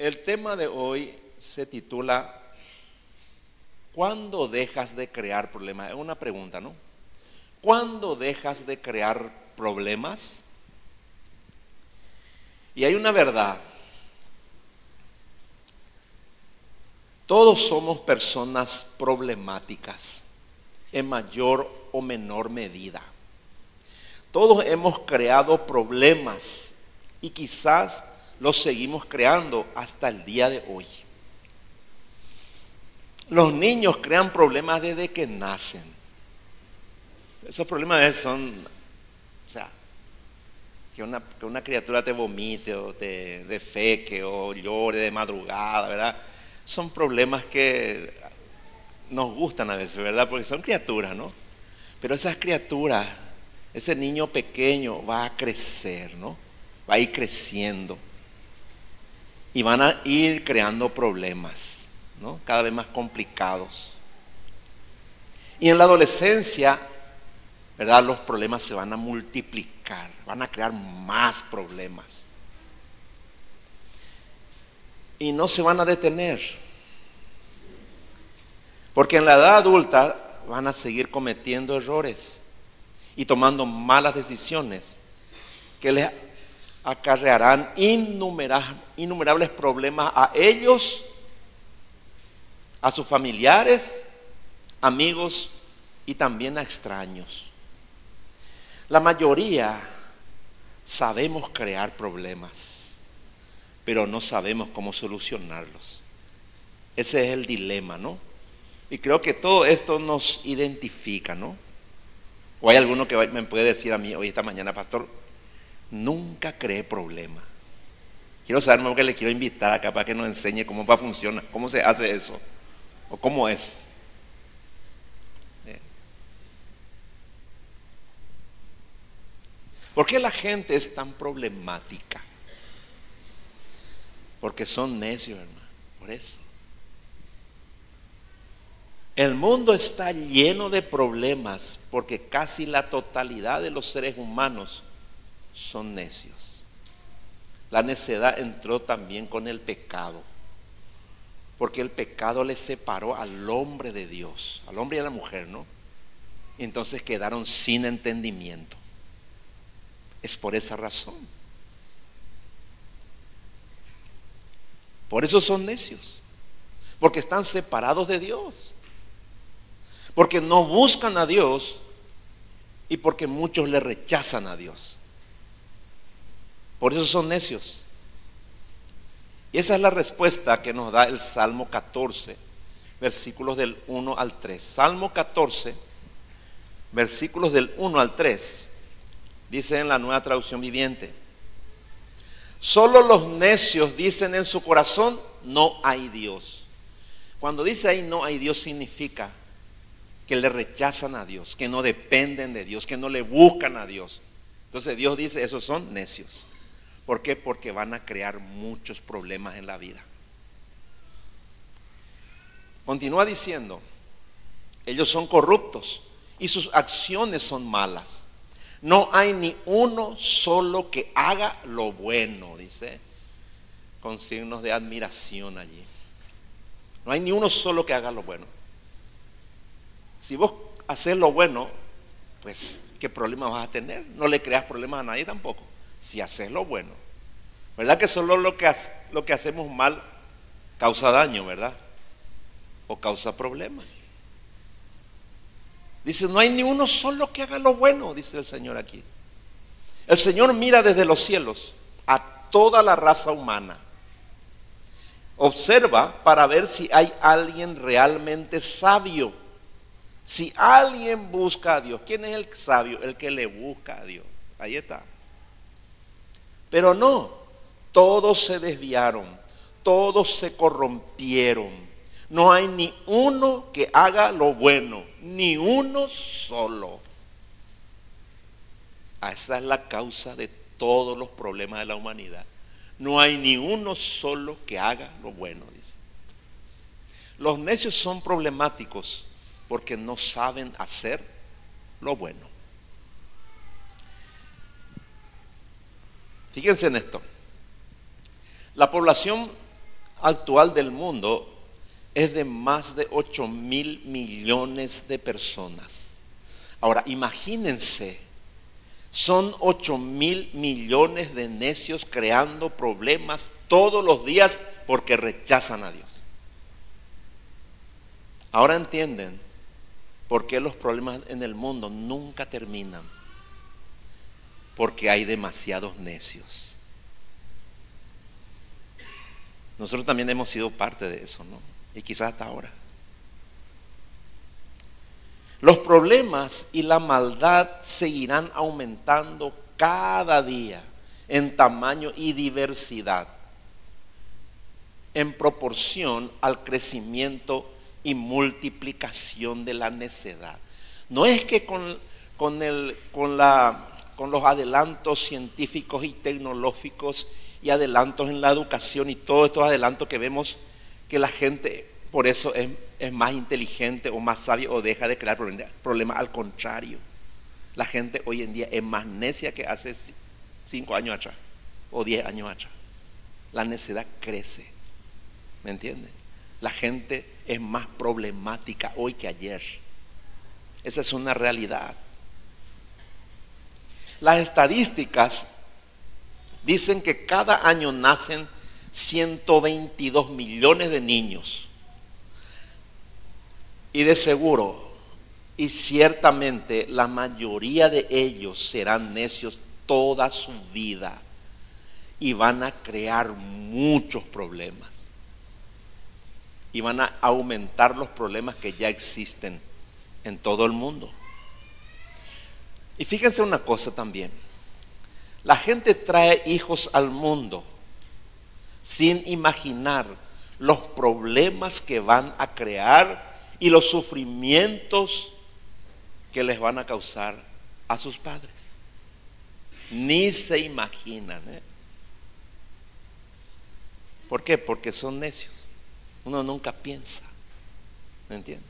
El tema de hoy se titula ¿Cuándo dejas de crear problemas? Es una pregunta, ¿no? ¿Cuándo dejas de crear problemas? Y hay una verdad. Todos somos personas problemáticas, en mayor o menor medida. Todos hemos creado problemas y quizás los seguimos creando hasta el día de hoy. Los niños crean problemas desde que nacen. Esos problemas a veces son, que una criatura te vomite o te defeque o llore de madrugada, ¿verdad? Son problemas que nos gustan a veces, ¿verdad? Porque son criaturas, ¿no? Pero esas criaturas, ese niño pequeño va a crecer, ¿no? Va a ir creciendo y van a ir creando problemas, ¿no? Cada vez más complicados. Y en la adolescencia, ¿verdad? Los problemas se van a multiplicar, van a crear más problemas. Y no se van a detener. Porque en la edad adulta van a seguir cometiendo errores y tomando malas decisiones que les acarrearán innumerables problemas a ellos, a sus familiares, amigos y también a extraños. La mayoría sabemos crear problemas, pero no sabemos cómo solucionarlos. Ese es el dilema, ¿no? Y creo que todo esto nos identifica, ¿no? O hay alguno que me puede decir a mí hoy esta mañana: pastor, nunca creé problema. Quiero saber, porque le quiero invitar acá para que nos enseñe cómo va a funcionar, cómo se hace eso, o cómo es. ¿Por qué la gente es tan problemática? Porque son necios, hermano, por eso. El mundo está lleno de problemas porque casi la totalidad de los seres humanos son necios. La necedad entró también con el pecado, porque el pecado le separó al hombre de Dios, al hombre y a la mujer, ¿no? Y entonces quedaron sin entendimiento. Es por esa razón. Por eso son necios, porque están separados de Dios, porque no buscan a Dios y porque muchos le rechazan a Dios. Por eso son necios. Y esa es la respuesta que nos da el Salmo 14, versículos del 1 al 3. Salmo 14, versículos del 1 al 3, dice en la Nueva Traducción Viviente: solo los necios dicen en su corazón, no hay Dios. Cuando dice ahí no hay Dios, significa que le rechazan a Dios, que no dependen de Dios, que no le buscan a Dios. Entonces Dios dice, esos son necios. ¿Por qué? Porque van a crear muchos problemas en la vida. Continúa diciendo, ellos son corruptos y sus acciones son malas. No hay ni uno solo que haga lo bueno, dice, con signos de admiración allí. No hay ni uno solo que haga lo bueno. Si vos haces lo bueno, pues ¿qué problema vas a tener? No le creas problemas a nadie tampoco, si haces lo bueno. ¿Verdad que solo lo que hacemos mal causa daño, verdad? O causa problemas. Dice, no hay ni uno solo que haga lo bueno, dice el Señor aquí. El Señor mira desde los cielos a toda la raza humana. Observa para ver si hay alguien realmente sabio. Si alguien busca a Dios. ¿Quién es el sabio? El que le busca a Dios. Ahí está. Pero no, todos se desviaron, todos se corrompieron. No hay ni uno que haga lo bueno, ni uno solo. Esa es la causa de todos los problemas de la humanidad. No hay ni uno solo que haga lo bueno, dice. Los necios son problemáticos porque no saben hacer lo bueno. Fíjense en esto. La población actual del mundo es de más de 8.000 millones de personas. Ahora, imagínense, son 8.000 millones de necios creando problemas todos los días porque rechazan a Dios. Ahora entienden por qué los problemas en el mundo nunca terminan. Porque hay demasiados necios. Nosotros también hemos sido parte de eso, ¿no? Y quizás hasta ahora. Los problemas y la maldad seguirán aumentando cada día en tamaño y diversidad, en proporción al crecimiento y multiplicación de la necedad. No es que con los adelantos científicos y tecnológicos y adelantos en la educación y todos estos adelantos que vemos, que la gente por eso es más inteligente o más sabia o deja de crear problemas. Al contrario, la gente hoy en día es más necia que hace 5 años atrás o 10 años atrás. La necedad crece, ¿me entienden? La gente es más problemática hoy que ayer. Esa es una realidad. Las estadísticas dicen que cada año nacen 122 millones de niños. Y de seguro, y ciertamente, la mayoría de ellos serán necios toda su vida y van a crear muchos problemas. Y van a aumentar los problemas que ya existen en todo el mundo. Y fíjense una cosa también. La gente trae hijos al mundo sin imaginar los problemas que van a crear y los sufrimientos que les van a causar a sus padres. Ni se imaginan, ¿eh? ¿Por qué? Porque son necios. Uno nunca piensa, ¿me entiende?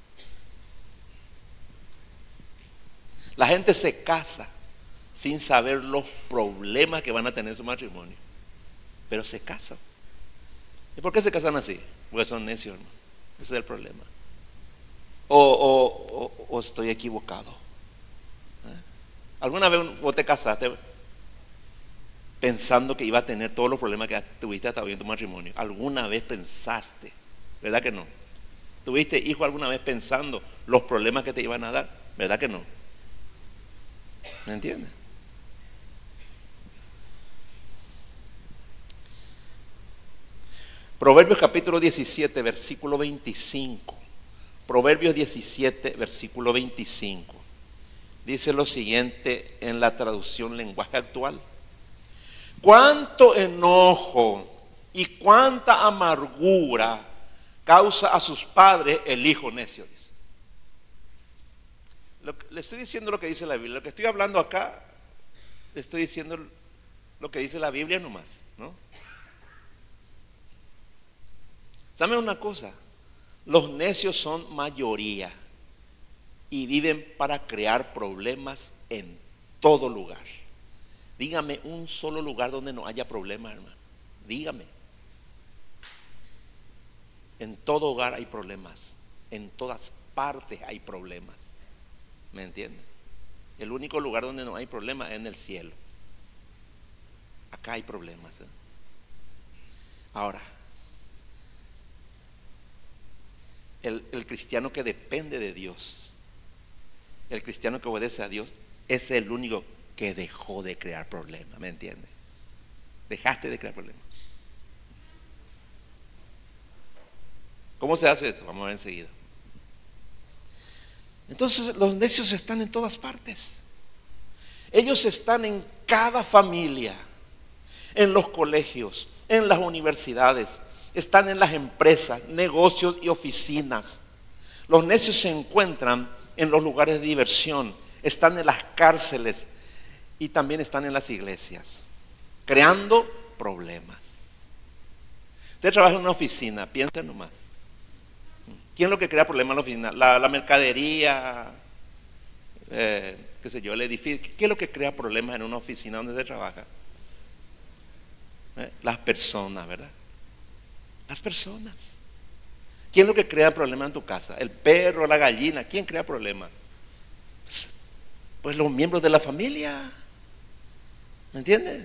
La gente se casa sin saber los problemas que van a tener en su matrimonio, pero se casan. ¿Y por qué se casan así? Porque son necios, hermano. Ese es el problema. O estoy equivocado. ¿Alguna vez vos te casaste pensando que iba a tener todos los problemas que tuviste hasta hoy en tu matrimonio? ¿Alguna vez pensaste? ¿Verdad que no? ¿Tuviste hijo alguna vez pensando los problemas que te iban a dar? ¿Verdad que no? ¿Me entiendes? Proverbios capítulo 17, versículo 25. Proverbios 17, versículo 25. Dice lo siguiente en la traducción lenguaje actual. Cuánto enojo y cuánta amargura causa a sus padres el hijo necio, dice. Le estoy diciendo lo que dice la Biblia. Lo que estoy hablando acá, le estoy diciendo lo que dice la Biblia nomás, ¿no? ¿Saben una cosa? Los necios son mayoría y viven para crear problemas en todo lugar. Dígame un solo lugar donde no haya problemas, hermano. Dígame. En todo hogar hay problemas. En todas partes hay problemas. ¿Me entienden? El único lugar donde no hay problemas es en el cielo. Acá hay problemas, ¿eh? Ahora, el cristiano que depende de Dios, el cristiano que obedece a Dios, es el único que dejó de crear problemas, ¿me entiendes? Dejaste de crear problemas. ¿Cómo se hace eso? Vamos a ver enseguida. Entonces los necios están en todas partes. Ellos están en cada familia, en los colegios, en las universidades, están en las empresas, negocios y oficinas. Los necios se encuentran en los lugares de diversión, están en las cárceles y también están en las iglesias, creando problemas. Usted trabaja en una oficina, piensa nomás. ¿Quién es lo que crea problemas en la oficina? La mercadería, qué sé yo, el edificio. ¿Qué es lo que crea problemas en una oficina donde se trabaja? Las personas, ¿verdad? Las personas. ¿Quién es lo que crea problemas en tu casa? ¿El perro, la gallina? ¿Quién crea problemas? Pues los miembros de la familia. ¿Me entiendes?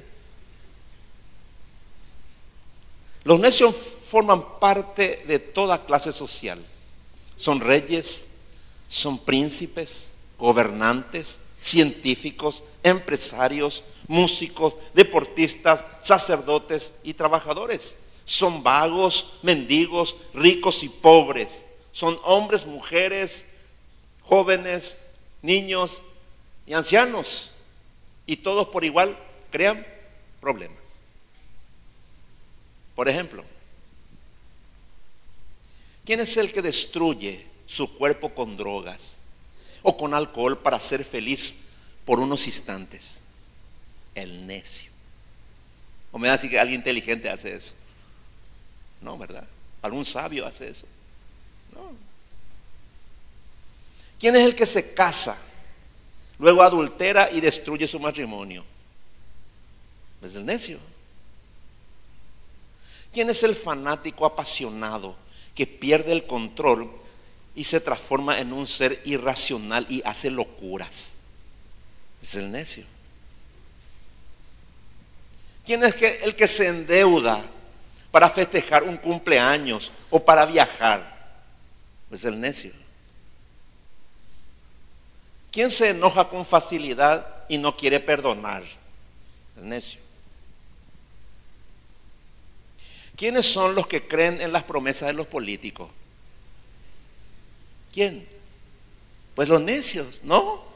Los necios forman parte de toda clase social. Son reyes, son príncipes, gobernantes, científicos, empresarios, músicos, deportistas, sacerdotes y trabajadores. Son vagos, mendigos, ricos y pobres. Son hombres, mujeres, jóvenes, niños y ancianos. Y todos por igual crean problemas. Por ejemplo, ¿quién es el que destruye su cuerpo con drogas o con alcohol para ser feliz por unos instantes? El necio. ¿O me va a decir que alguien inteligente hace eso? No, ¿verdad? ¿Algún sabio hace eso? No. ¿Quién es el que se casa, luego adultera y destruye su matrimonio? Es el necio. ¿Quién es el fanático apasionado que pierde el control y se transforma en un ser irracional y hace locuras? Es el necio. ¿Quién es el que se endeuda para festejar un cumpleaños o para viajar? Es el necio. ¿Quién se enoja con facilidad y no quiere perdonar? El necio. ¿Quiénes son los que creen en las promesas de los políticos? ¿Quién? Pues los necios, ¿no?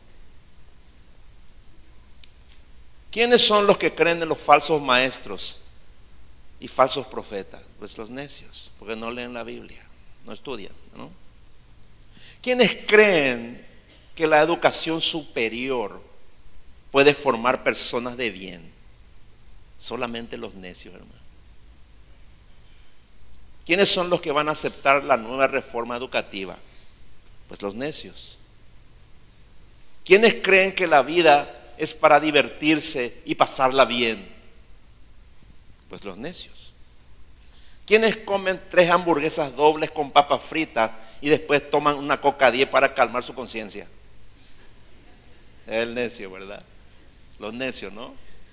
¿Quiénes son los que creen en los falsos maestros y falsos profetas? Pues los necios, porque no leen la Biblia, no estudian, ¿no? ¿Quiénes creen que la educación superior puede formar personas de bien? Solamente los necios, hermano. ¿Quiénes son los que van a aceptar la nueva reforma educativa? Pues los necios. ¿Quiénes creen que la vida es para divertirse y pasarla bien? Pues los necios. ¿Quiénes comen 3 hamburguesas dobles con papas fritas y después toman una Coca 10 para calmar su conciencia? El necio, ¿verdad? Los necios, ¿no?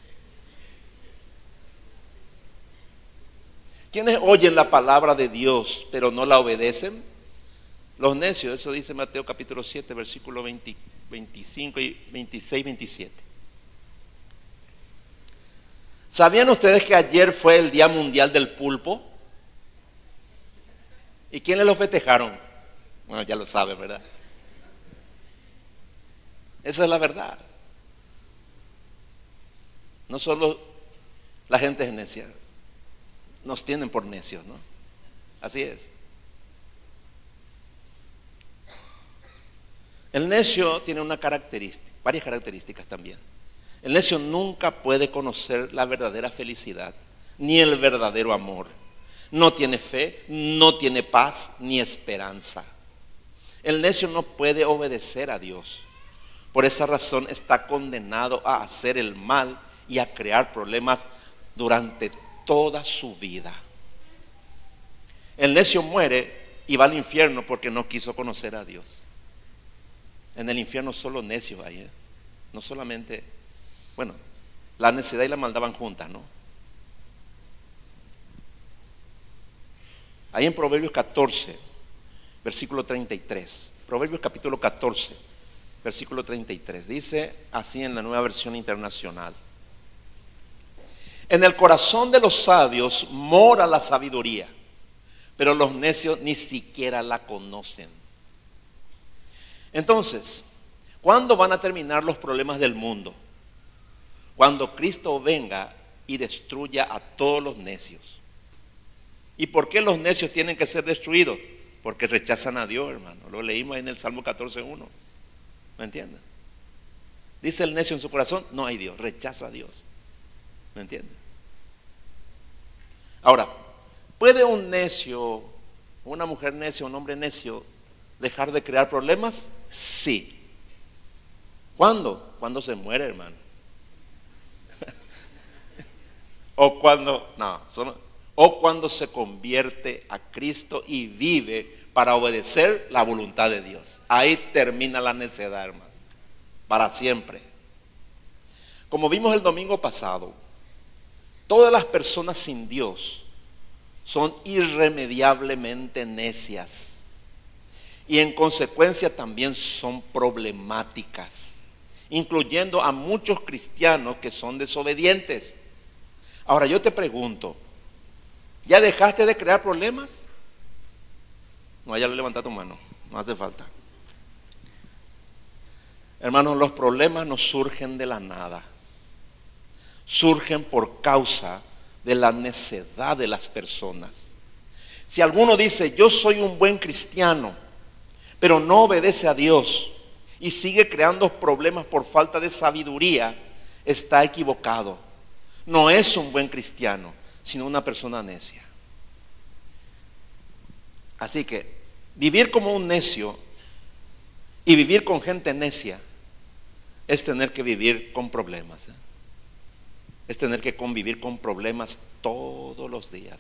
¿Quiénes oyen la palabra de Dios pero no la obedecen? Los necios, eso dice Mateo capítulo 7, versículo 25 y 26, 27. ¿Sabían ustedes que ayer fue el Día Mundial del Pulpo? ¿Y quiénes lo festejaron? Bueno, ya lo saben, ¿verdad? Esa es la verdad. No solo la gente es necia, nos tienen por necios, ¿no? Así es. El necio tiene una característica, varias características también. El necio nunca puede conocer la verdadera felicidad, ni el verdadero amor. No tiene fe, no tiene paz, ni esperanza. El necio no puede obedecer a Dios. Por esa razón está condenado a hacer el mal y a crear problemas durante toda su vida. El necio muere y va al infierno porque no quiso conocer a Dios. En el infierno solo necios hay, no solamente, bueno, la necedad y la maldad van juntas, ¿no? Ahí en Proverbios 14, versículo 33. Proverbios capítulo 14, versículo 33. Dice así en la Nueva Versión Internacional: en el corazón de los sabios mora la sabiduría, pero los necios ni siquiera la conocen. Entonces, ¿cuándo van a terminar los problemas del mundo? Cuando Cristo venga y destruya a todos los necios. ¿Y por qué los necios tienen que ser destruidos? Porque rechazan a Dios, hermano. Lo leímos ahí en el Salmo 14:1. ¿Me entienden? Dice el necio en su corazón: no hay Dios, rechaza a Dios. ¿Me entienden? Ahora, ¿puede un necio, una mujer necia, un hombre necio dejar de crear problemas? Sí. ¿Cuándo? Cuando se muere, hermano. O cuando, no, o cuando se convierte a Cristo y vive para obedecer la voluntad de Dios. Ahí termina la necedad, hermano, para siempre. Como vimos el domingo pasado, todas las personas sin Dios son irremediablemente necias y en consecuencia también son problemáticas, incluyendo a muchos cristianos que son desobedientes. Ahora yo te pregunto, ¿ya dejaste de crear problemas? No, ya le levanta tu mano, no hace falta. Hermanos, los problemas no surgen de la nada, surgen por causa de la necedad de las personas. Si alguno dice, yo soy un buen cristiano, pero no obedece a Dios y sigue creando problemas por falta de sabiduría, está equivocado. No es un buen cristiano, sino una persona necia. Así que vivir como un necio y vivir con gente necia es tener que vivir con problemas, es tener que convivir con problemas todos los días.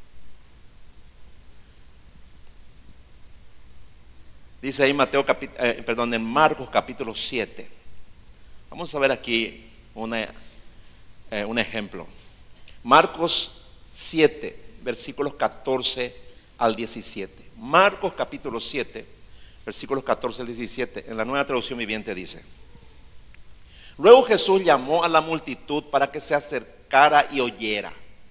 Dice ahí en Marcos capítulo 7. Vamos a ver aquí un ejemplo. Marcos 7, versículos 14 al 17. Marcos capítulo 7, versículos 14 al 17. En la Nueva Traducción Viviente dice: luego Jesús llamó a la multitud para que se acercara y oyera.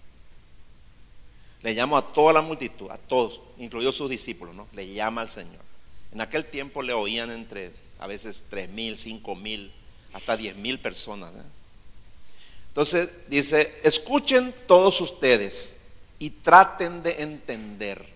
Le llamó a toda la multitud, a todos, incluidos sus discípulos, ¿no? Le llama al Señor. En aquel tiempo le oían entre a veces 3,000, 5,000, hasta 10,000 personas, ¿eh? Entonces dice, escuchen todos ustedes y traten de entender.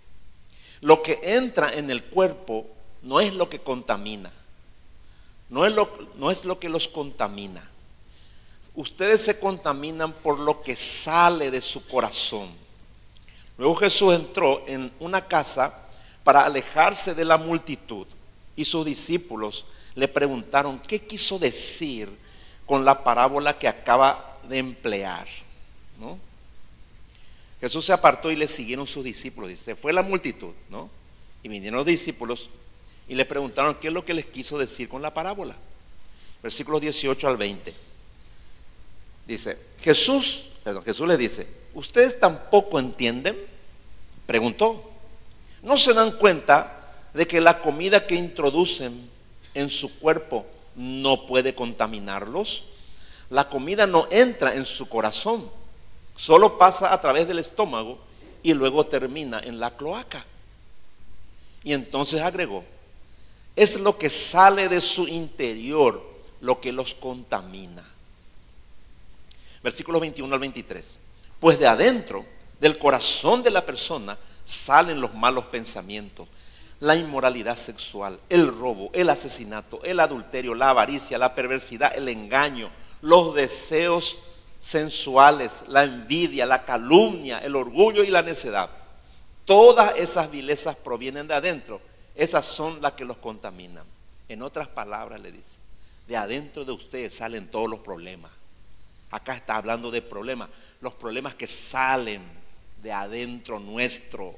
Lo que entra en el cuerpo no es lo que contamina, no es lo que los contamina. Ustedes se contaminan por lo que sale de su corazón. Luego Jesús entró en una casa para alejarse de la multitud y sus discípulos le preguntaron qué quiso decir con la parábola que acaba de emplear, ¿no? Jesús se apartó y le siguieron sus discípulos. Dice, fue la multitud, ¿no? Y vinieron los discípulos y le preguntaron qué es lo que les quiso decir con la parábola. Versículos 18 al 20. Dice, Jesús les dice, ¿ustedes tampoco entienden? Preguntó. ¿No se dan cuenta de que la comida que introducen en su cuerpo no puede contaminarlos? La comida no entra en su corazón, solo pasa a través del estómago y luego termina en la cloaca. Y entonces agregó, es lo que sale de su interior lo que los contamina. Versículos 21 al 23. Pues de adentro, del corazón de la persona, salen los malos pensamientos, la inmoralidad sexual, el robo, el asesinato, el adulterio, la avaricia, la perversidad, el engaño, los deseos sensuales, la envidia, la calumnia, el orgullo y la necedad. Todas esas vilezas provienen de adentro. Esas son las que los contaminan. En otras palabras le dice, de adentro de ustedes salen todos los problemas. Acá está hablando de problemas, los problemas que salen de adentro nuestro.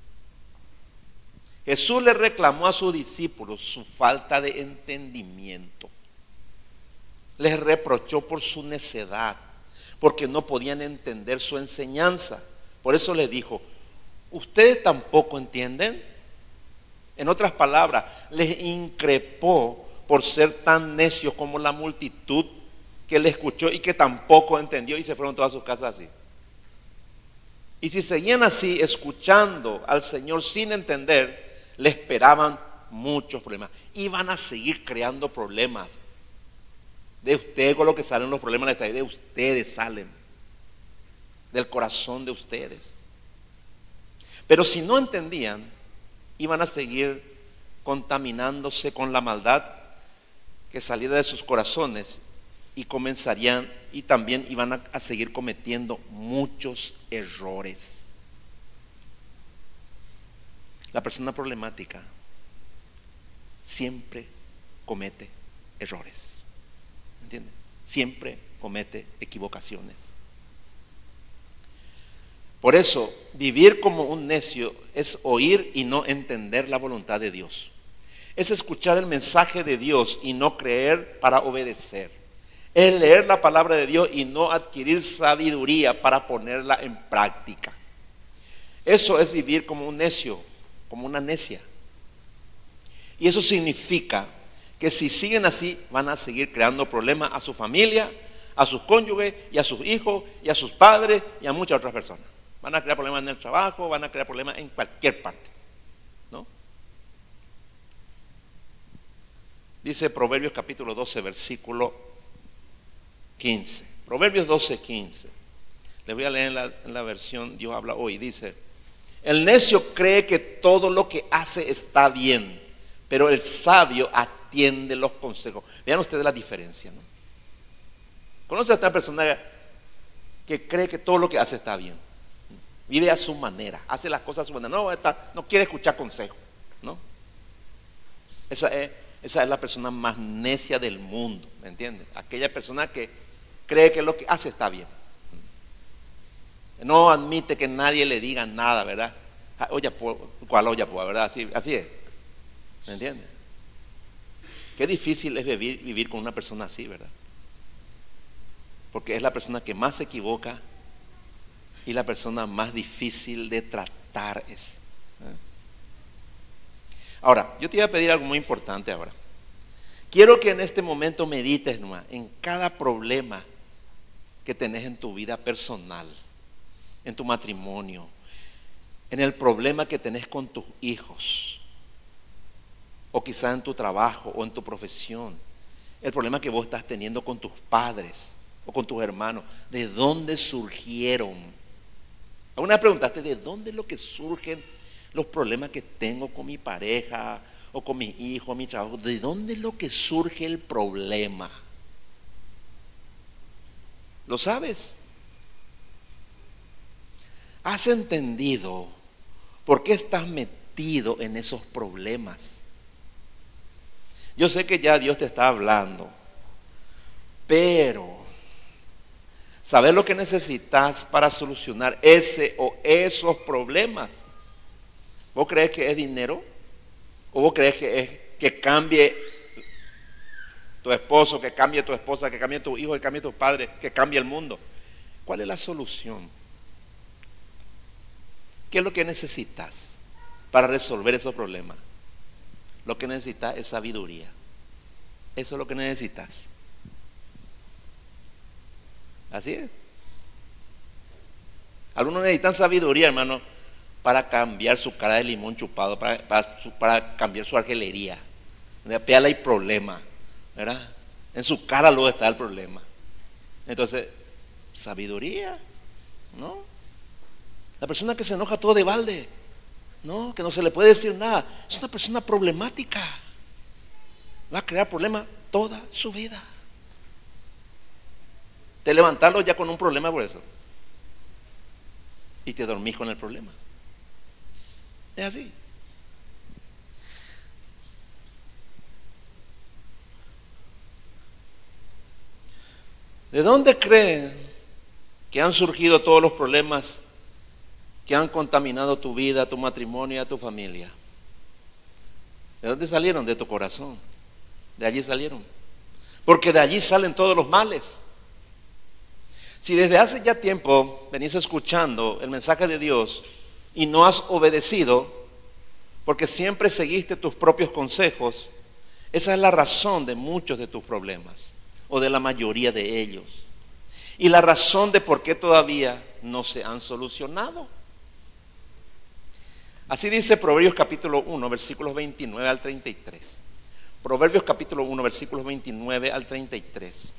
Jesús le reclamó a sus discípulos su falta de entendimiento. Les reprochó por su necedad, porque no podían entender su enseñanza. Por eso les dijo, ¿ustedes tampoco entienden? En otras palabras, les increpó por ser tan necios como la multitud que le escuchó y que tampoco entendió y se fueron todas sus casas así. Y si seguían así, escuchando al Señor sin entender, le esperaban muchos problemas. Iban a seguir creando problemas. De ustedes con lo que salen los problemas de ustedes salen. Del corazón de ustedes. Pero si no entendían, iban a seguir contaminándose con la maldad que salía de sus corazones y comenzarían y también iban a seguir cometiendo muchos errores. La persona problemática siempre comete errores, ¿entiende? Siempre comete equivocaciones. Por eso, vivir como un necio es oír y no entender la voluntad de Dios. Es escuchar el mensaje de Dios y no creer para obedecer. Es leer la palabra de Dios y no adquirir sabiduría para ponerla en práctica. Eso es vivir como un necio, como una necia. Y eso significa que si siguen así, van a seguir creando problemas a su familia, a sus cónyuges y a sus hijos y a sus padres y a muchas otras personas. Van a crear problemas en el trabajo, van a crear problemas en cualquier parte, ¿no? Dice Proverbios capítulo 12, versículo 15. Proverbios 12, 15. Les voy a leer en la versión Dios habla hoy. Dice: el necio cree que todo lo que hace está bien, pero el sabio atiende los consejos. Vean ustedes la diferencia, ¿no? ¿Conoce a esta persona que cree que todo lo que hace está bien? Vive a su manera, hace las cosas a su manera. No quiere escuchar consejos, ¿no? Esa es la persona más necia del mundo, ¿me entiendes? Aquella persona que cree que lo que hace está bien. No admite que nadie le diga nada, ¿verdad? Oye, ¿cuál olla, verdad? Así es. ¿Me entiendes? Qué difícil es vivir con una persona así, ¿verdad? Porque es la persona que más se equivoca y la persona más difícil de tratar es. Ahora, yo te iba a pedir algo muy importante ahora. Quiero que en este momento medites nomás en cada problema que tenés en tu vida personal, en tu matrimonio, en el problema que tenés con tus hijos, o quizás en tu trabajo o en tu profesión, el problema que vos estás teniendo con tus padres o con tus hermanos. ¿De dónde surgieron? ¿Alguna vez preguntaste de dónde es lo que surgen los problemas que tengo con mi pareja o con mi hijo, mi trabajo? ¿De dónde es lo que surge el problema? ¿Lo sabes? ¿Has entendido por qué estás metido en esos problemas? Yo sé que ya Dios te está hablando, pero ¿sabes lo que necesitas para solucionar ese o esos problemas? ¿Vos crees que es dinero? ¿O vos crees que es que cambie tu esposo, que cambie tu esposa, que cambie tu hijo, que cambie tu padre, que cambie el mundo? ¿Cuál es la solución? ¿Qué es lo que necesitas para resolver esos problemas? Lo que necesitas es sabiduría. Eso es lo que necesitas. Así es. Algunos necesitan sabiduría, hermano, para cambiar su cara de limón chupado, para cambiar su argelería. Pégale hay problema, ¿verdad? En su cara luego está el problema. Entonces, sabiduría, ¿no? La persona que se enoja todo de balde, ¿no? Que no se le puede decir nada, es una persona problemática. Va a crear problemas toda su vida. Te levantarlo ya con un problema por eso. Y te dormís con el problema. Es así. ¿De dónde creen que han surgido todos los problemas que han contaminado tu vida, tu matrimonio y a tu familia? ¿De dónde salieron? De tu corazón. De allí salieron. Porque de allí salen todos los males. Si desde hace ya tiempo venís escuchando el mensaje de Dios y no has obedecido, porque siempre seguiste tus propios consejos, esa es la razón de muchos de tus problemas, o de la mayoría de ellos. Y la razón de por qué todavía no se han solucionado. Así dice Proverbios capítulo 1, versículos 29 al 33. Proverbios capítulo 1, versículos 29 al 33.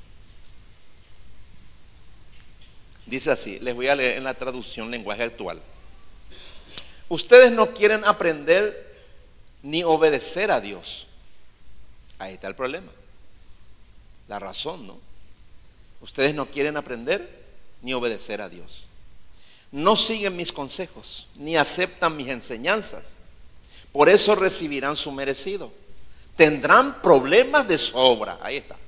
Dice así, les voy a leer en la traducción lenguaje actual. Ustedes no quieren aprender ni obedecer a Dios. Ahí está el problema. La razón, ¿no? Ustedes no quieren aprender ni obedecer a Dios. No siguen mis consejos, ni aceptan mis enseñanzas. Por eso recibirán su merecido. Tendrán problemas de sobra. Ahí está.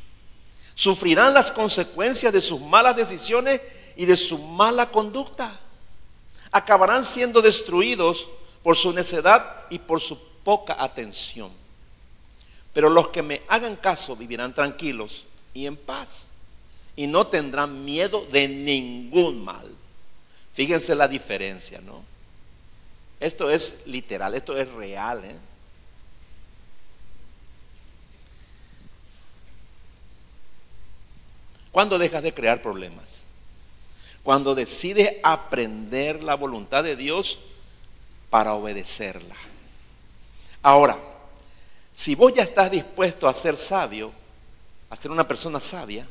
Sufrirán las consecuencias de sus malas decisiones y de su mala conducta. acabarán siendo destruidos por su necedad y por su poca atención. Pero los que me hagan caso vivirán tranquilos y en paz, y no tendrán miedo de ningún mal. Fíjense la diferencia, ¿no? Esto es literal, esto es real, ¿eh? ¿Cuándo dejas de crear problemas? Cuando decides aprender la voluntad de Dios para obedecerla. Ahora, si vos ya estás dispuesto a ser sabio, a ser una persona sabia,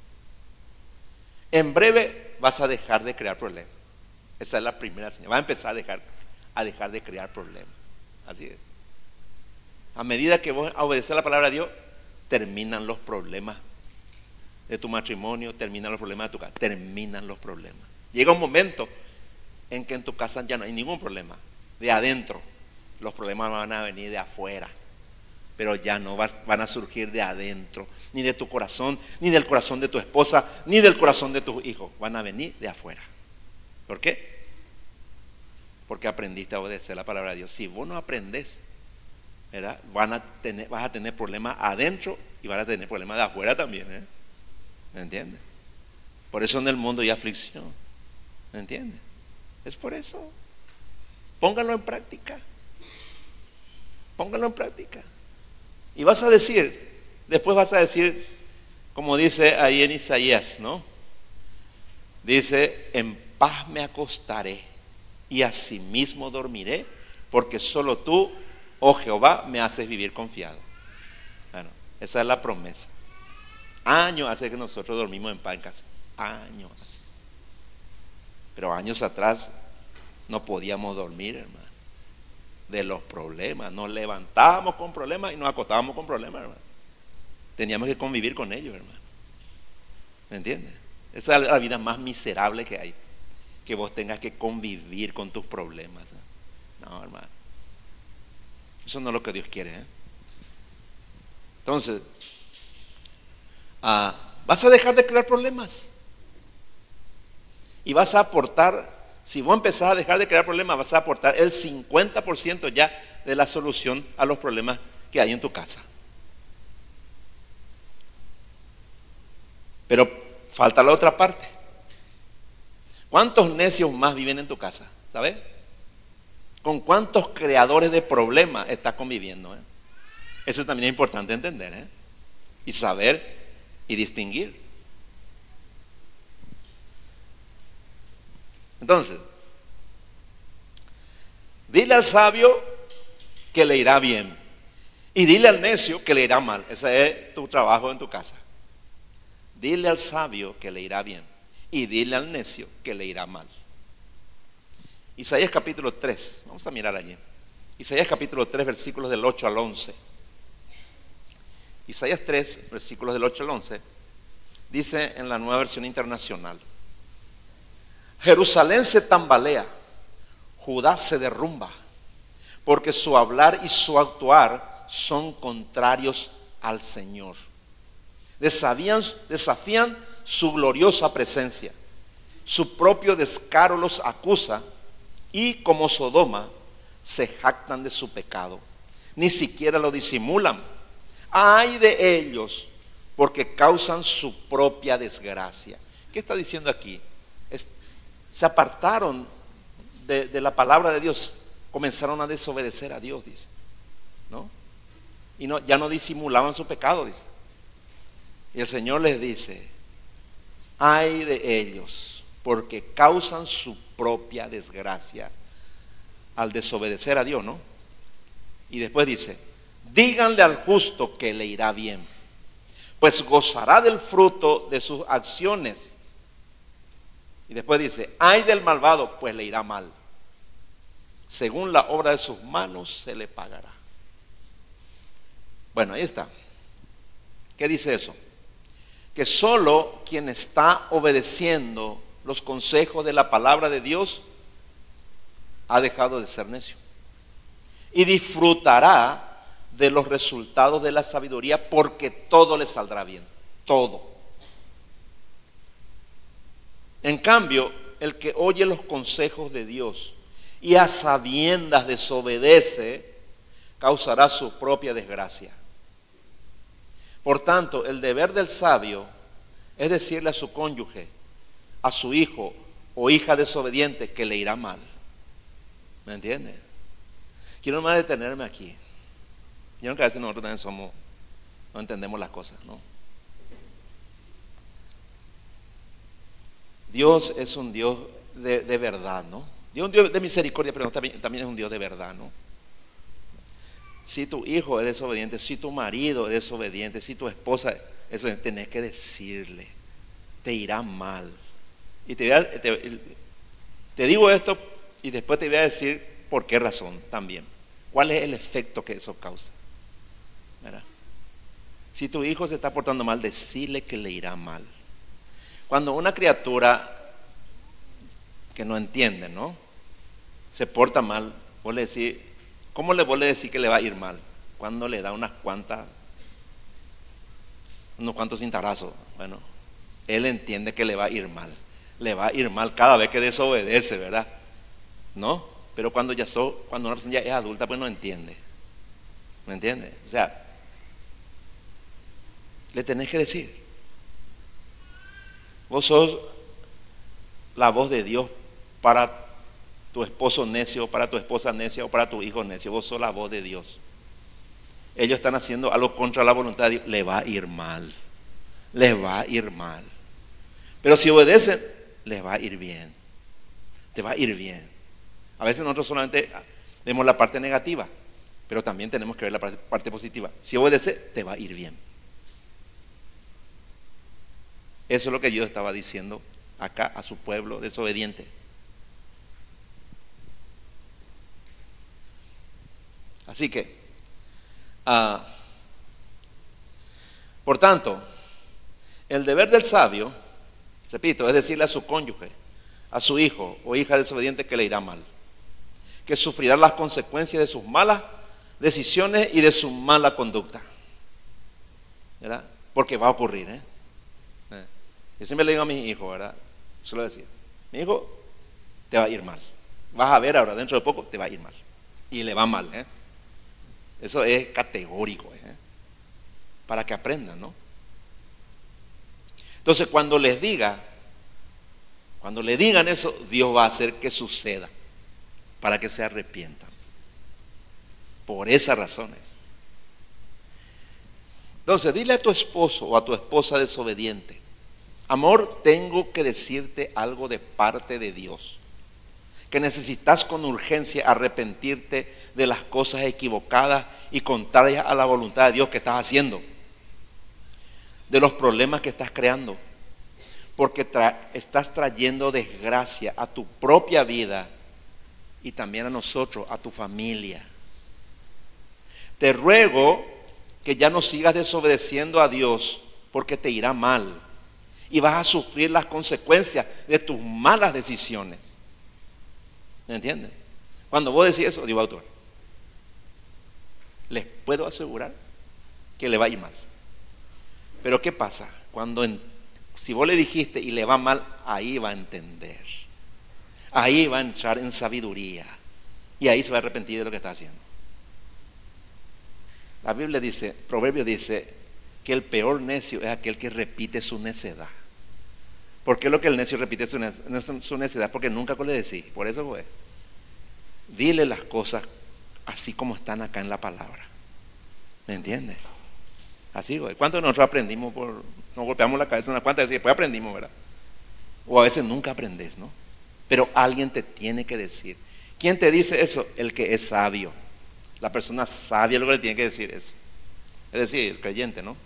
en breve vas a dejar de crear problemas. Esa es la primera señal. Vas a empezar a dejar de crear problemas. Así es. A medida que vos obedeces la palabra de Dios, terminan los problemas de tu matrimonio, terminan los problemas de tu casa, terminan los problemas. Llega un momento en que en tu casa ya no hay ningún problema. De adentro, los problemas van a venir de afuera, pero ya no van a surgir de adentro, ni de tu corazón, ni del corazón de tu esposa, ni del corazón de tus hijos. Van a venir de afuera. ¿Por qué? Porque aprendiste a obedecer la palabra de Dios. Si vos no aprendés, ¿verdad? Vas a tener problemas adentro y vas a tener problemas de afuera también, ¿eh? ¿Me entiendes? Por eso en el mundo hay aflicción. ¿Me entiendes? Es por eso. Póngalo en práctica. Póngalo en práctica. Y vas a decir, después vas a decir, como dice ahí en Isaías, ¿no? Dice, en paz me acostaré y asimismo dormiré, porque solo tú, oh Jehová, me haces vivir confiado. Bueno, esa es la promesa. Años hace que nosotros dormimos en paz en casa. Años hace. Pero años atrás no podíamos dormir, hermano. De los problemas. Nos levantábamos con problemas y nos acostábamos con problemas, hermano. Teníamos que convivir con ellos, hermano. ¿Me entiendes? Esa es la vida más miserable que hay. Que vos tengas que convivir con tus problemas, ¿eh? No, hermano. Eso no es lo que Dios quiere, ¿eh? Entonces, vas a dejar de crear problemas. Y vas a aportar, si vos empezás a dejar de crear problemas, vas a aportar el 50% ya de la solución a los problemas que hay en tu casa. Pero falta la otra parte. ¿Cuántos necios más viven en tu casa? ¿Sabes? ¿Con cuántos creadores de problemas estás conviviendo? Eso también es importante entender, ¿eh? Y saber y distinguir. Entonces, dile al sabio que le irá bien y dile al necio que le irá mal. Ese es tu trabajo en tu casa. Dile al sabio que le irá bien y dile al necio que le irá mal. Isaías capítulo 3, vamos a mirar allí. Isaías capítulo 3, versículos del 8 al 11. Isaías 3, versículos del 8 al 11, dice en la Nueva Versión Internacional: Jerusalén se tambalea, Judá se derrumba, porque su hablar y su actuar son contrarios al Señor. Desafían su gloriosa presencia. Su propio descaro los acusa y como Sodoma se jactan de su pecado. Ni siquiera lo disimulan. Ay de ellos, porque causan su propia desgracia. ¿Qué está diciendo aquí? Se apartaron de la palabra de Dios, comenzaron a desobedecer a Dios, dice, ¿no? Y ya no disimulaban su pecado, dice. Y el Señor les dice: ay de ellos, porque causan su propia desgracia al desobedecer a Dios, ¿no? Y después dice: díganle al justo que le irá bien, pues gozará del fruto de sus acciones. Y después dice: ay del malvado, pues le irá mal. Según la obra de sus manos se le pagará. Bueno, ahí está. ¿Qué dice eso? Que solo quien está obedeciendo los consejos de la palabra de Dios ha dejado de ser necio. Y disfrutará de los resultados de la sabiduría, porque todo le saldrá bien. Todo. En cambio, el que oye los consejos de Dios y a sabiendas desobedece, causará su propia desgracia. Por tanto, el deber del sabio es decirle a su cónyuge, a su hijo o hija desobediente, que le irá mal. ¿Me entiende? Quiero más detenerme aquí. Yo creo que a veces nosotros también no entendemos las cosas, ¿no? Dios es un Dios de verdad, ¿no? Dios es un Dios de misericordia, pero también es un Dios de verdad, ¿no? Si tu hijo es desobediente, si tu marido es desobediente, si tu esposa es desobediente, tenés que decirle, te irá mal. Y te digo esto y después te voy a decir por qué razón también. ¿Cuál es el efecto que eso causa? ¿Verdad? Si tu hijo se está portando mal, decirle que le irá mal. Cuando una criatura que no entiende, ¿no?, se porta mal, vos le decís, ¿cómo vos le decís que le va a ir mal? Cuando le da unos cuantos cintarazos. Bueno, él entiende que le va a ir mal. Le va a ir mal cada vez que desobedece, ¿verdad? ¿No? Pero cuando una persona ya es adulta, pues no entiende. ¿Me entiende? O sea, le tenés que decir. Vos sos la voz de Dios para tu esposo necio, para tu esposa necia o para tu hijo necio. Vos sos la voz de Dios. Ellos están haciendo algo contra la voluntad de Dios. Le va a ir mal. Les va a ir mal. Pero si obedecen, les va a ir bien. Te va a ir bien. A veces nosotros solamente vemos la parte negativa, pero también tenemos que ver la parte positiva. Si obedeces, te va a ir bien. Eso es lo que Dios estaba diciendo acá a su pueblo desobediente. Así que, por tanto, el deber del sabio, repito, es decirle a su cónyuge, a su hijo o hija desobediente que le irá mal, que sufrirá las consecuencias de sus malas decisiones y de su mala conducta, ¿verdad? Porque va a ocurrir, ¿eh? Yo siempre le digo a mis hijos, ¿verdad? Suelo decir, mi hijo, te va a ir mal. Vas a ver ahora, dentro de poco, te va a ir mal. Y le va mal, ¿eh? Eso es categórico, ¿eh? Para que aprendan, ¿no? Entonces, cuando le digan eso, Dios va a hacer que suceda para que se arrepientan. Por esas razones. Entonces, dile a tu esposo o a tu esposa desobediente, amor, tengo que decirte algo de parte de Dios, que necesitas con urgencia arrepentirte de las cosas equivocadas y contrarias a la voluntad de Dios que estás haciendo, de los problemas que estás creando, porque estás trayendo desgracia a tu propia vida y también a nosotros, a tu familia. Te ruego que ya no sigas desobedeciendo a Dios, porque te irá mal y vas a sufrir las consecuencias de tus malas decisiones. ¿Me entienden? Cuando vos decís eso, digo, autor, les puedo asegurar que le va a ir mal. Pero ¿qué pasa? Si vos le dijiste y le va mal, ahí va a entender. Ahí va a entrar en sabiduría. Y ahí se va a arrepentir de lo que está haciendo. La Biblia dice, Proverbios dice, que el peor necio es aquel que repite su necedad. ¿Por qué lo que el necio repite su necedad? Porque nunca le decís. Por eso, güey, dile las cosas así como están acá en la palabra. ¿Me entiendes? Así, güey. ¿Cuántos de nosotros aprendimos nos golpeamos la cabeza unas cuantas veces y después aprendimos, ¿verdad? O a veces nunca aprendes, ¿no? Pero alguien te tiene que decir. ¿Quién te dice eso? El que es sabio. La persona sabia es lo que le tiene que decir eso. Es decir, el creyente, ¿no?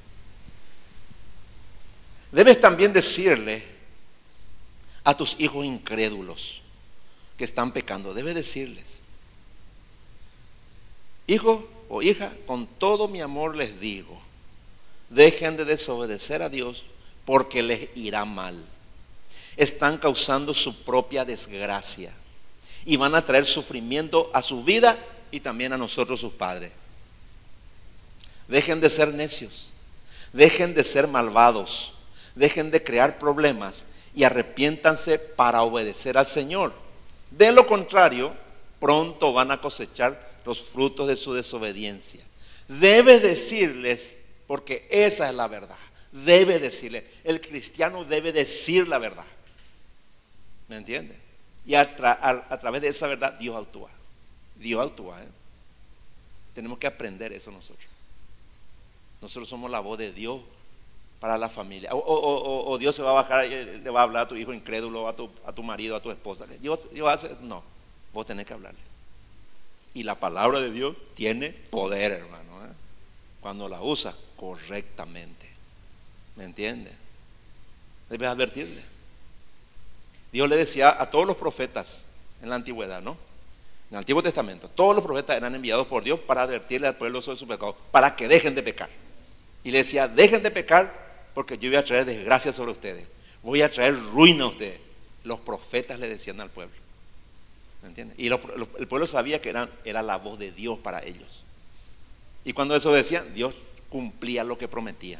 Debes también decirle a tus hijos incrédulos que están pecando, debes decirles, hijo o hija, con todo mi amor les digo, dejen de desobedecer a Dios porque les irá mal. Están causando su propia desgracia y van a traer sufrimiento a su vida y también a nosotros, sus padres. Dejen de ser necios, dejen de ser malvados, dejen de crear problemas y arrepiéntanse para obedecer al Señor. De lo contrario, pronto van a cosechar los frutos de su desobediencia. Debe decirles, porque esa es la verdad. Debe decirles, el cristiano debe decir la verdad. ¿Me entiende? Y a través de esa verdad Dios actúa. Dios actúa. Tenemos que aprender eso nosotros. Nosotros somos la voz de Dios para la familia. O Dios se va a bajar y le va a hablar a tu hijo incrédulo, a tu marido, a tu esposa. Dios hace eso. No, vos tenés que hablarle. Y la palabra de Dios tiene poder, hermano, cuando la usa correctamente. ¿Me entiende? Debes advertirle. Dios le decía a todos los profetas en la antigüedad, ¿no? En el Antiguo Testamento, todos los profetas eran enviados por Dios para advertirle al pueblo sobre su pecado, para que dejen de pecar. Y le decía, dejen de pecar porque yo voy a traer desgracia sobre ustedes. Voy a traer ruina a ustedes. Los profetas le decían al pueblo. ¿Me entiendes? Y el pueblo sabía que era la voz de Dios para ellos. Y cuando desobedecían, Dios cumplía lo que prometía.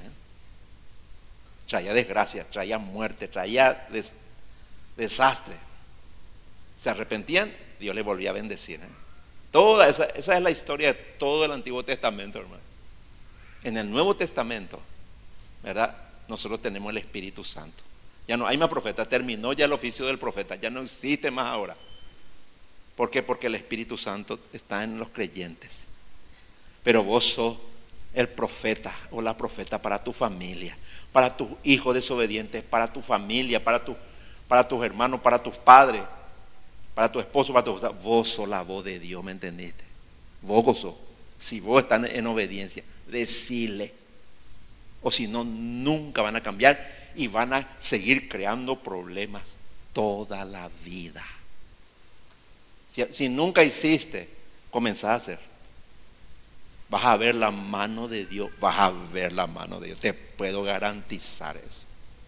Traía desgracia, traía muerte, traía desastre. Se arrepentían, Dios les volvía a bendecir. Toda esa es la historia de todo el Antiguo Testamento, hermano. En el Nuevo Testamento, ¿verdad? Nosotros tenemos el Espíritu Santo. Ya no hay más profetas, terminó ya el oficio del profeta, ya no existe más ahora. ¿Por qué? Porque el Espíritu Santo está en los creyentes. Pero vos sos el profeta o la profeta para tu familia, para tus hijos desobedientes, para tu familia, para tus hermanos, para tus padres, para tu esposo, para tu esposa. Vos sos la voz de Dios, ¿me entendiste? Vos sos. Si vos estás en obediencia, decile. O si no, nunca van a cambiar y van a seguir creando problemas toda la vida. Si nunca hiciste, comenzá a hacer. Vas a ver la mano de Dios, vas a ver la mano de Dios. Te puedo garantizar eso.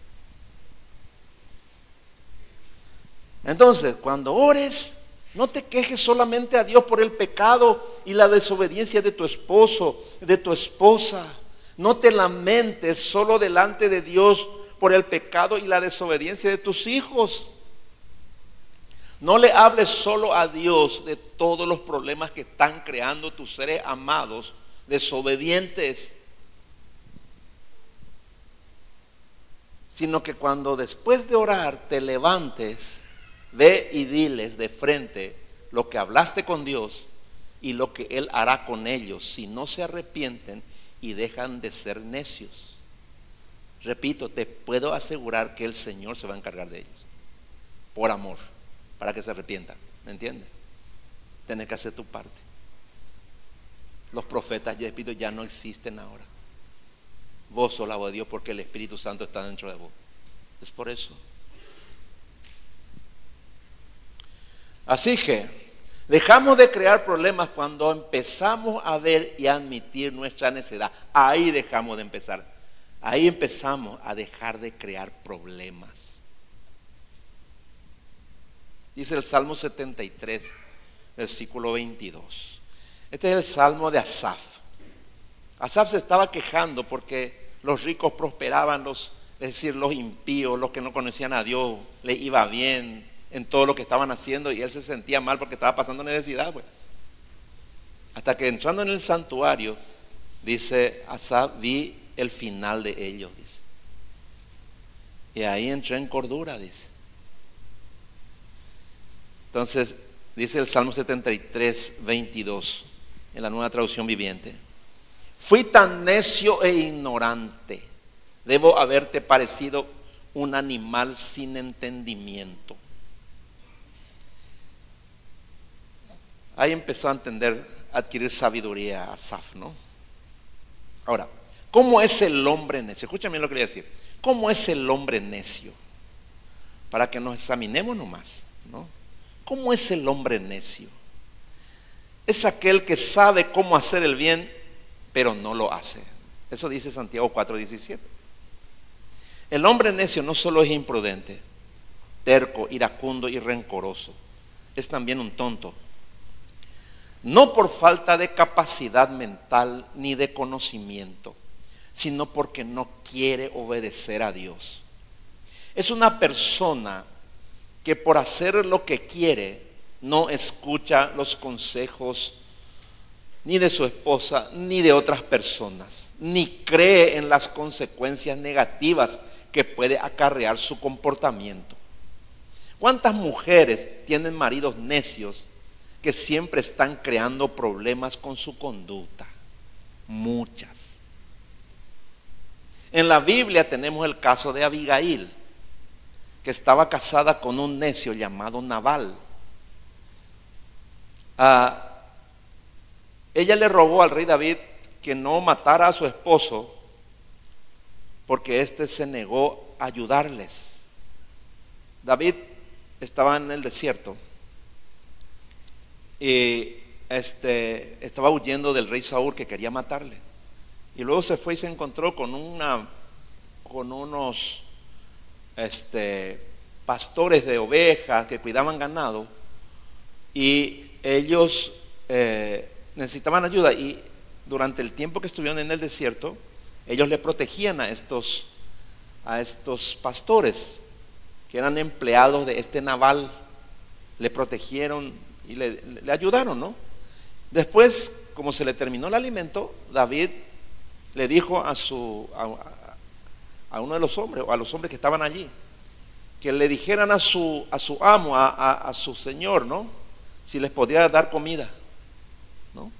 Entonces, cuando ores, no te quejes solamente a Dios por el pecado y la desobediencia de tu esposo, de tu esposa. No te lamentes solo delante de Dios por el pecado y la desobediencia de tus hijos. No le hables solo a Dios de todos los problemas que están creando tus seres amados desobedientes, sino que cuando después de orar te levantes, ve y diles de frente lo que hablaste con Dios y lo que Él hará con ellos si no se arrepienten y dejan de ser necios. Repito, te puedo asegurar que el Señor se va a encargar de ellos, por amor, para que se arrepientan. ¿Me entiendes? Tienes que hacer tu parte. Los profetas, ya repito, ya no existen ahora. Vos sos la voz de Dios porque el Espíritu Santo está dentro de vos. Es por eso. Así que dejamos de crear problemas cuando empezamos a ver y a admitir nuestra necesidad. Ahí dejamos de empezar. Ahí empezamos a dejar de crear problemas. Dice el Salmo 73, versículo 22. Este es el Salmo de Asaf. Asaf se estaba quejando porque los ricos prosperaban, es decir, los impíos, los que no conocían a Dios, les iba bien en todo lo que estaban haciendo y él se sentía mal porque estaba pasando necesidad, pues. Hasta que entrando en el santuario, dice Asaf, vi el final de ellos, dice. Y ahí entré en cordura, dice. Entonces, dice el Salmo 73, 22, en la Nueva Traducción Viviente. Fui tan necio e ignorante, debo haberte parecido un animal sin entendimiento. Ahí empezó a adquirir sabiduría Asaf, ¿no? Ahora, ¿cómo es el hombre necio? Escúchame lo que le voy a decir. ¿Cómo es el hombre necio? Para que nos examinemos nomás, ¿no? ¿Cómo es el hombre necio? Es aquel que sabe cómo hacer el bien, pero no lo hace. Eso dice Santiago 4:17. El hombre necio no solo es imprudente, terco, iracundo y rencoroso, es también un tonto. No por falta de capacidad mental ni de conocimiento, sino porque no quiere obedecer a Dios. Es una persona que por hacer lo que quiere no escucha los consejos ni de su esposa ni de otras personas, ni cree en las consecuencias negativas que puede acarrear su comportamiento. ¿Cuántas mujeres tienen maridos necios que siempre están creando problemas con su conducta? Muchas. En la Biblia tenemos el caso de Abigail, que estaba casada con un necio llamado Nabal. Ella le rogó al rey David que no matara a su esposo porque éste se negó a ayudarles. David estaba en el desierto y estaba huyendo del rey Saúl, que quería matarle. Y luego se fue y se encontró con unos pastores de ovejas que cuidaban ganado, y ellos necesitaban ayuda, y durante el tiempo que estuvieron en el desierto ellos le protegían a estos pastores que eran empleados de este Nabal. Le protegieron y le ayudaron, ¿no? Después, como se le terminó el alimento, David le dijo a uno de los hombres, o a los hombres que estaban allí, que le dijeran a su amo, a su señor, ¿no?, si les podía dar comida, ¿no?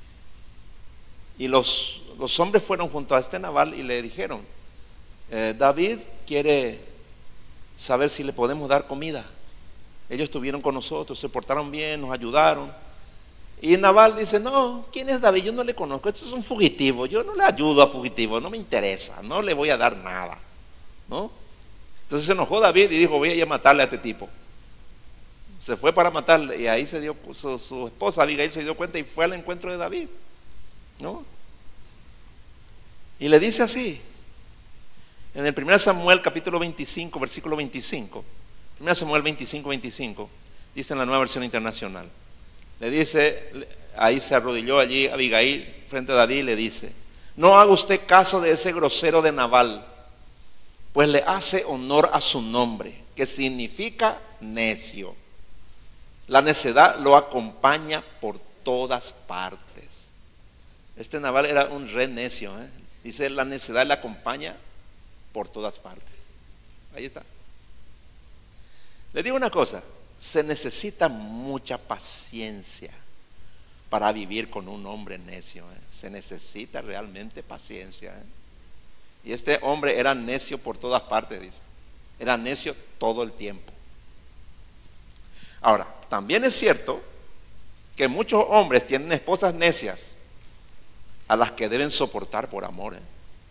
Y los hombres fueron junto a este Nabal y le dijeron: David quiere saber si le podemos dar comida. Ellos estuvieron con nosotros, se portaron bien, nos ayudaron. Y Nabal dice: no, ¿quién es David? Yo no le conozco, este es un fugitivo, yo no le ayudo a fugitivo, no me interesa, no le voy a dar nada, ¿no? Entonces se enojó David y dijo: voy a ir a matarle a este tipo. Se fue para matarle, y ahí su esposa Abigail se dio cuenta y fue al encuentro de David, ¿no? Y le dice así, en el 1 Samuel capítulo 25, versículo 25, 1 Samuel 25, 25, dice en la Nueva Versión Internacional. Le dice, ahí se arrodilló allí Abigail frente a David y le dice: no haga usted caso de ese grosero de Nabal, pues le hace honor a su nombre, que significa necio. La necedad lo acompaña por todas partes. Este Nabal era un re necio, ¿eh? Dice: la necedad le acompaña por todas partes. Ahí está. Le digo una cosa: se necesita mucha paciencia para vivir con un hombre necio, ¿eh? Se necesita realmente paciencia, ¿eh? Y este hombre era necio por todas partes, dice. Era necio todo el tiempo. Ahora, también es cierto que muchos hombres tienen esposas necias a las que deben soportar por amor, ¿eh?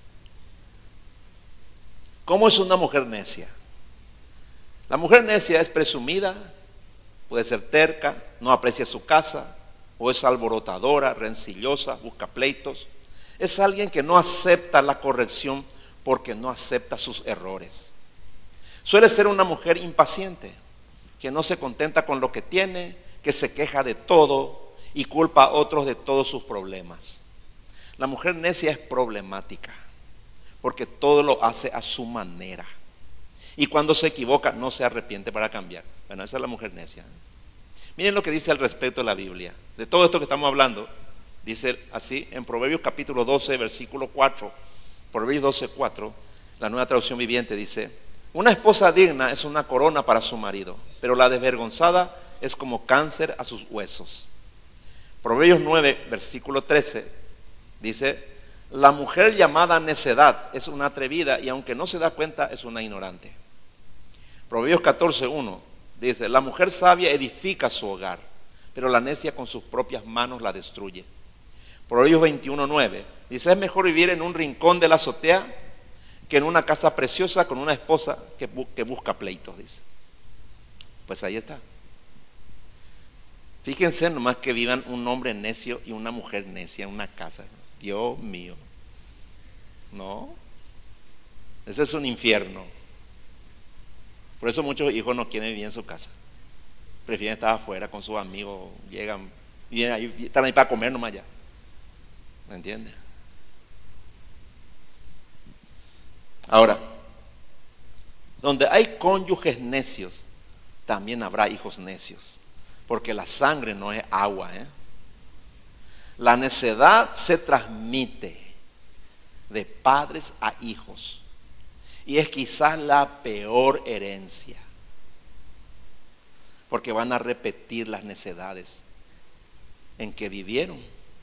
¿Cómo es una mujer necia? La mujer necia es presumida, puede ser terca, no aprecia su casa, o es alborotadora, rencillosa, busca pleitos. Es alguien que no acepta la corrección porque no acepta sus errores. Suele ser una mujer impaciente, que no se contenta con lo que tiene, que se queja de todo y culpa a otros de todos sus problemas. La mujer necia es problemática porque todo lo hace a su manera, y cuando se equivoca no se arrepiente para cambiar. Bueno, esa es la mujer necia. Miren lo que dice al respecto de la Biblia, de todo esto que estamos hablando. Dice así en Proverbios capítulo 12, versículo 4, Proverbios 12, 4, la Nueva Traducción Viviente dice: una esposa digna es una corona para su marido, pero la desvergonzada es como cáncer a sus huesos. Proverbios 9, versículo 13 dice: la mujer llamada necedad es una atrevida, y aunque no se da cuenta es una ignorante. Proverbios 14, 1 dice: la mujer sabia edifica su hogar, pero la necia con sus propias manos la destruye. Proverbios 21, 9 dice: es mejor vivir en un rincón de la azotea que en una casa preciosa con una esposa que busca pleitos, dice. Pues ahí está. Fíjense nomás que vivan un hombre necio y una mujer necia en una casa. Dios mío. No. Ese es un infierno. Por eso muchos hijos no quieren vivir en su casa. Prefieren estar afuera con sus amigos. Llegan, están ahí para comer nomás ya. ¿Me entiendes? Ahora, Donde hay cónyuges necios, también habrá hijos necios, porque la sangre no es agua, ¿eh? La necedad se transmite de padres a hijos y es quizás la peor herencia, porque van a repetir las necedades en que vivieron.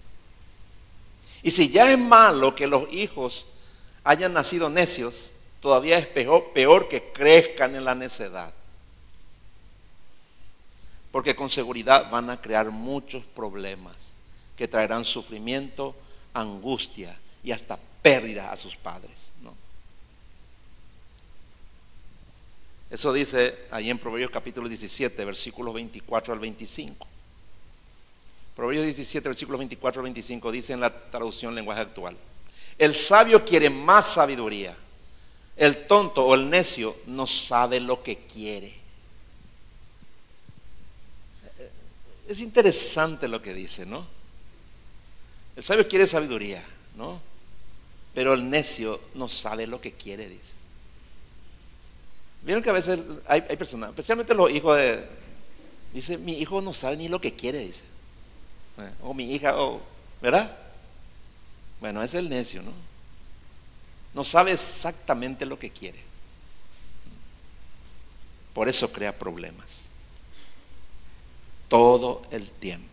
Y si ya es malo que los hijos hayan nacido necios, todavía es peor que crezcan en la necedad, porque con seguridad van a crear muchos problemas que traerán sufrimiento, angustia y hasta pérdida a sus padres, ¿no? Eso dice ahí en Proverbios capítulo 17, versículos 24 al 25. Proverbios 17, versículos 24 al 25 dice en la traducción lenguaje actual: el sabio quiere más sabiduría, el tonto o el necio no sabe lo que quiere. Es interesante lo que dice, ¿no? El sabio quiere sabiduría, ¿no? Pero el necio no sabe lo que quiere, dice. Vieron que a veces hay personas, especialmente los hijos dice, mi hijo no sabe ni lo que quiere, dice. O mi hija, ¿verdad? Bueno, es el necio, ¿no? No sabe exactamente lo que quiere. Por eso crea problemas todo el tiempo.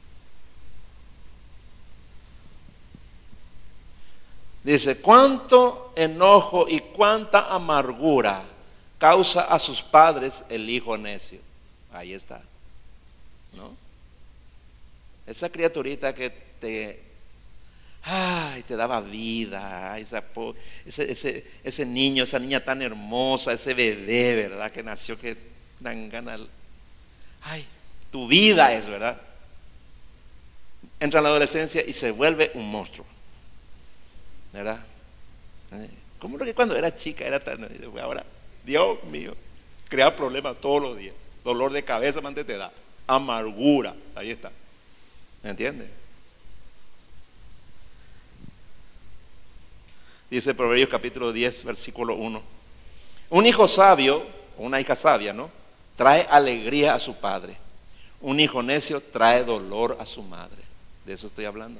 Dice, cuánto enojo y cuánta amargura causa a sus padres el hijo necio. Ahí está, ¿no? Esa criaturita que te daba vida, ese niño, esa niña tan hermosa, ese bebé, ¿verdad? Que nació, que dan ganas. Tu vida es, ¿verdad? Entra en la adolescencia y se vuelve un monstruo, ¿verdad? ¿Cómo lo que cuando era chica era tan? Ahora, Dios mío, crea problemas todos los días. Dolor de cabeza más te da, amargura, ahí está. ¿Me entiendes? Dice Proverbios capítulo 10, versículo 1. Un hijo sabio, o una hija sabia, ¿no?, trae alegría a su padre. Un hijo necio trae dolor a su madre. De eso estoy hablando.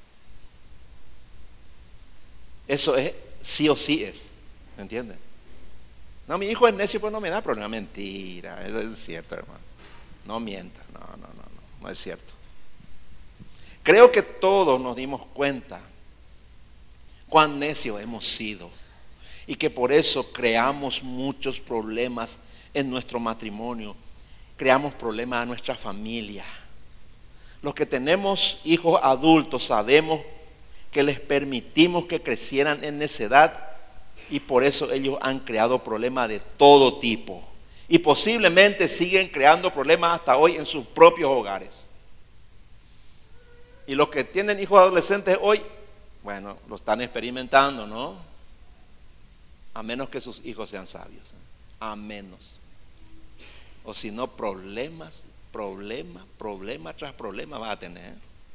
Eso es, sí o sí es. ¿Me entiendes? No, mi hijo es necio, pues no me da problema. Mentira, eso es cierto, hermano. No mientas, no es cierto. Creo que todos nos dimos cuenta cuán necios hemos sido y que por eso creamos muchos problemas en nuestro matrimonio, creamos problemas a nuestra familia. Los que tenemos hijos adultos sabemos que les permitimos que crecieran en necedad y por eso ellos han creado problemas de todo tipo y posiblemente siguen creando problemas hasta hoy en sus propios hogares. Y los que tienen hijos adolescentes hoy, bueno, lo están experimentando, ¿no? A menos que sus hijos sean sabios, ¿eh? A menos. O si no, problema tras problema vas a tener.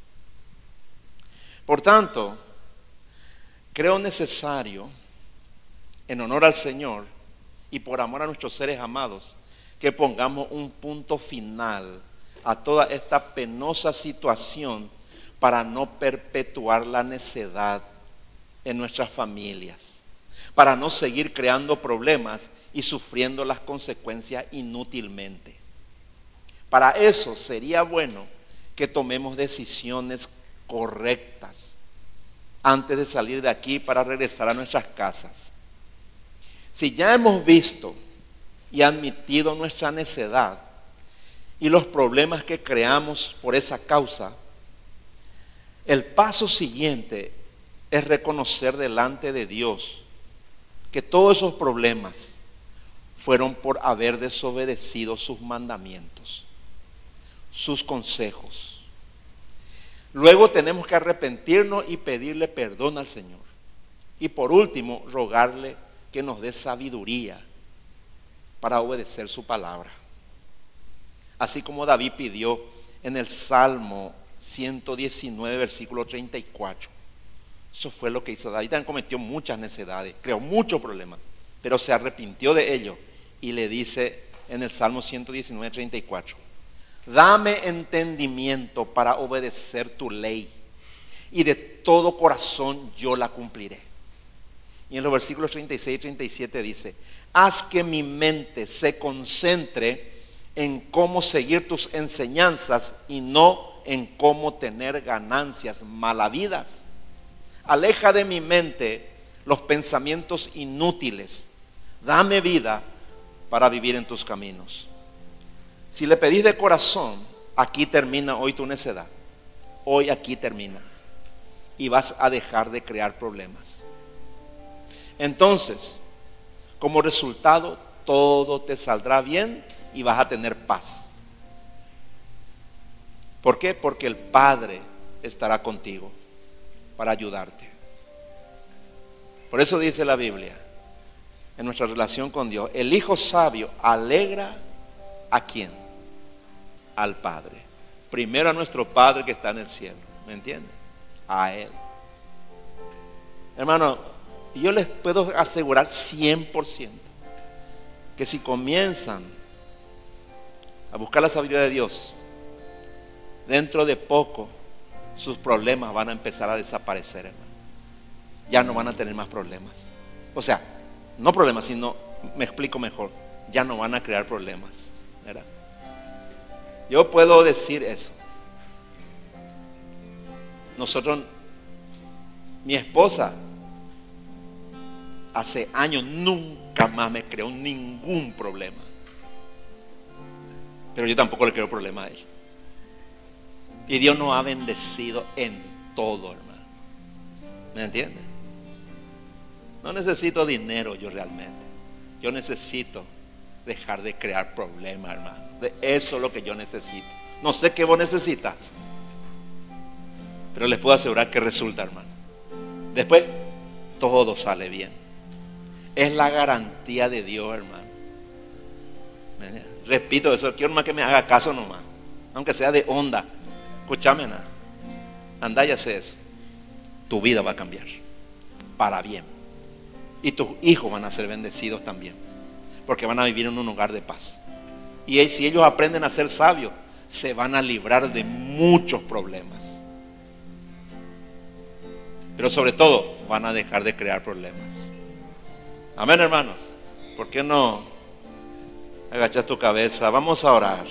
Por tanto, creo necesario, en honor al Señor y por amor a nuestros seres amados, que pongamos un punto final a toda esta penosa situación para no perpetuar la necedad en nuestras familias, para no seguir creando problemas y sufriendo las consecuencias inútilmente. Para eso sería bueno que tomemos decisiones correctas antes de salir de aquí para regresar a nuestras casas. Si ya hemos visto y admitido nuestra necedad y los problemas que creamos por esa causa, el paso siguiente es reconocer delante de Dios que todos esos problemas fueron por haber desobedecido sus mandamientos, sus consejos. Luego tenemos que arrepentirnos y pedirle perdón al Señor. Y por último, rogarle que nos dé sabiduría para obedecer su palabra. Así como David pidió en el Salmo 119, versículo 34. Eso fue lo que hizo David. También cometió muchas necedades, creó muchos problemas, pero se arrepintió de ello y le dice en el Salmo 119:34: dame entendimiento para obedecer tu ley, y de todo corazón yo la cumpliré. Y en los versículos 36 y 37 dice: haz que mi mente se concentre en cómo seguir tus enseñanzas y no en cómo tener ganancias malavidas. Aleja de mi mente los pensamientos inútiles. Dame vida para vivir en tus caminos. Si le pedís de corazón, aquí termina hoy tu necedad. Hoy aquí termina. Y vas a dejar de crear problemas. Entonces, como resultado, todo te saldrá bien y vas a tener paz. ¿Por qué? Porque el Padre estará contigo para ayudarte. Por eso dice la Biblia, en nuestra relación con Dios, el hijo sabio alegra ¿a quién? Al Padre. Primero a nuestro Padre que está en el cielo, ¿me entienden? A Él. Hermano, yo les puedo asegurar 100% que si comienzan a buscar la sabiduría de Dios, dentro de poco sus problemas van a empezar a desaparecer, hermano. Ya no van a tener más problemas. O sea, no problemas, sino, me explico mejor, ya no van a crear problemas, ¿verdad? Yo puedo decir eso. Nosotros, mi esposa, hace años nunca más me creó ningún problema. Pero yo tampoco le creo problema a ella. Y Dios nos ha bendecido en todo, hermano. ¿Me entiendes? No necesito dinero yo realmente. Yo necesito dejar de crear problemas, hermano. De eso es lo que yo necesito. No sé qué vos necesitas, pero les puedo asegurar que resulta, hermano. Después todo sale bien. Es la garantía de Dios, hermano. Repito eso, quiero más que me haga caso nomás, aunque sea de onda. Escúchame nada. Anda y hace eso. Tu vida va a cambiar para bien. Y tus hijos van a ser bendecidos también, porque van a vivir en un hogar de paz. Y si ellos aprenden a ser sabios, se van a librar de muchos problemas. Pero sobre todo, van a dejar de crear problemas. Amén, hermanos. ¿Por qué no agachas tu cabeza? Vamos a orar.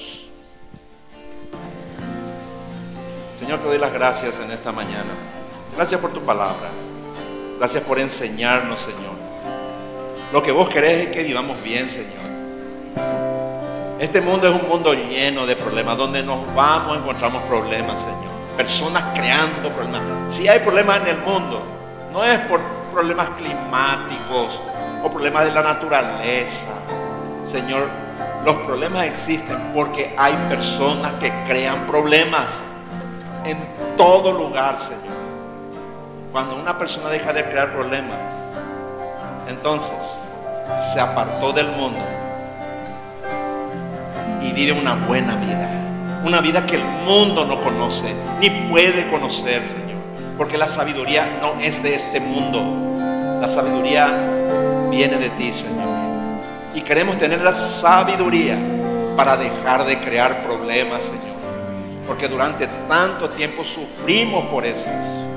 Señor, te doy las gracias en esta mañana. Gracias por tu palabra. Gracias por enseñarnos, Señor. Lo que vos querés es que vivamos bien, Señor. Este mundo es un mundo lleno de problemas. Donde nos vamos encontramos problemas, Señor. Personas creando problemas. Si hay problemas en el mundo, no es por problemas climáticos o problemas de la naturaleza. Señor, los problemas existen porque hay personas que crean problemas en todo lugar, Señor. Cuando una persona deja de crear problemas, entonces se apartó del mundo y vive una buena vida. Una vida que el mundo no conoce ni puede conocer, Señor. Porque la sabiduría no es de este mundo. La sabiduría viene de ti, Señor. Y queremos tener la sabiduría para dejar de crear problemas, Señor. Porque durante tanto tiempo sufrimos por eso.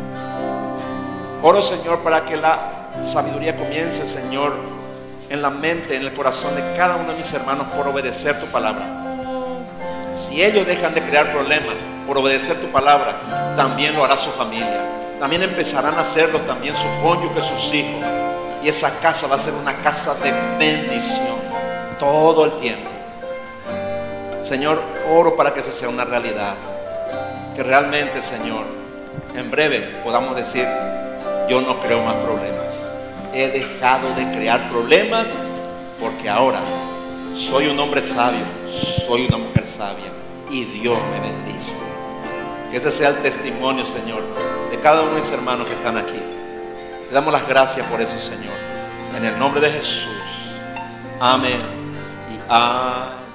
Oro, Señor, para que la sabiduría comience, Señor, en la mente, en el corazón de cada uno de mis hermanos por obedecer tu palabra. Si ellos dejan de crear problemas por obedecer tu palabra, también lo hará su familia. También empezarán a hacerlo también su cónyuge, sus hijos. Y esa casa va a ser una casa de bendición todo el tiempo. Señor, oro para que eso sea una realidad. Que realmente, Señor, en breve podamos decir: yo no creo más problemas. He dejado de crear problemas porque ahora soy un hombre sabio, soy una mujer sabia y Dios me bendice. Que ese sea el testimonio, Señor, de cada uno de mis hermanos que están aquí. Le damos las gracias por eso, Señor. En el nombre de Jesús. Amén y amén.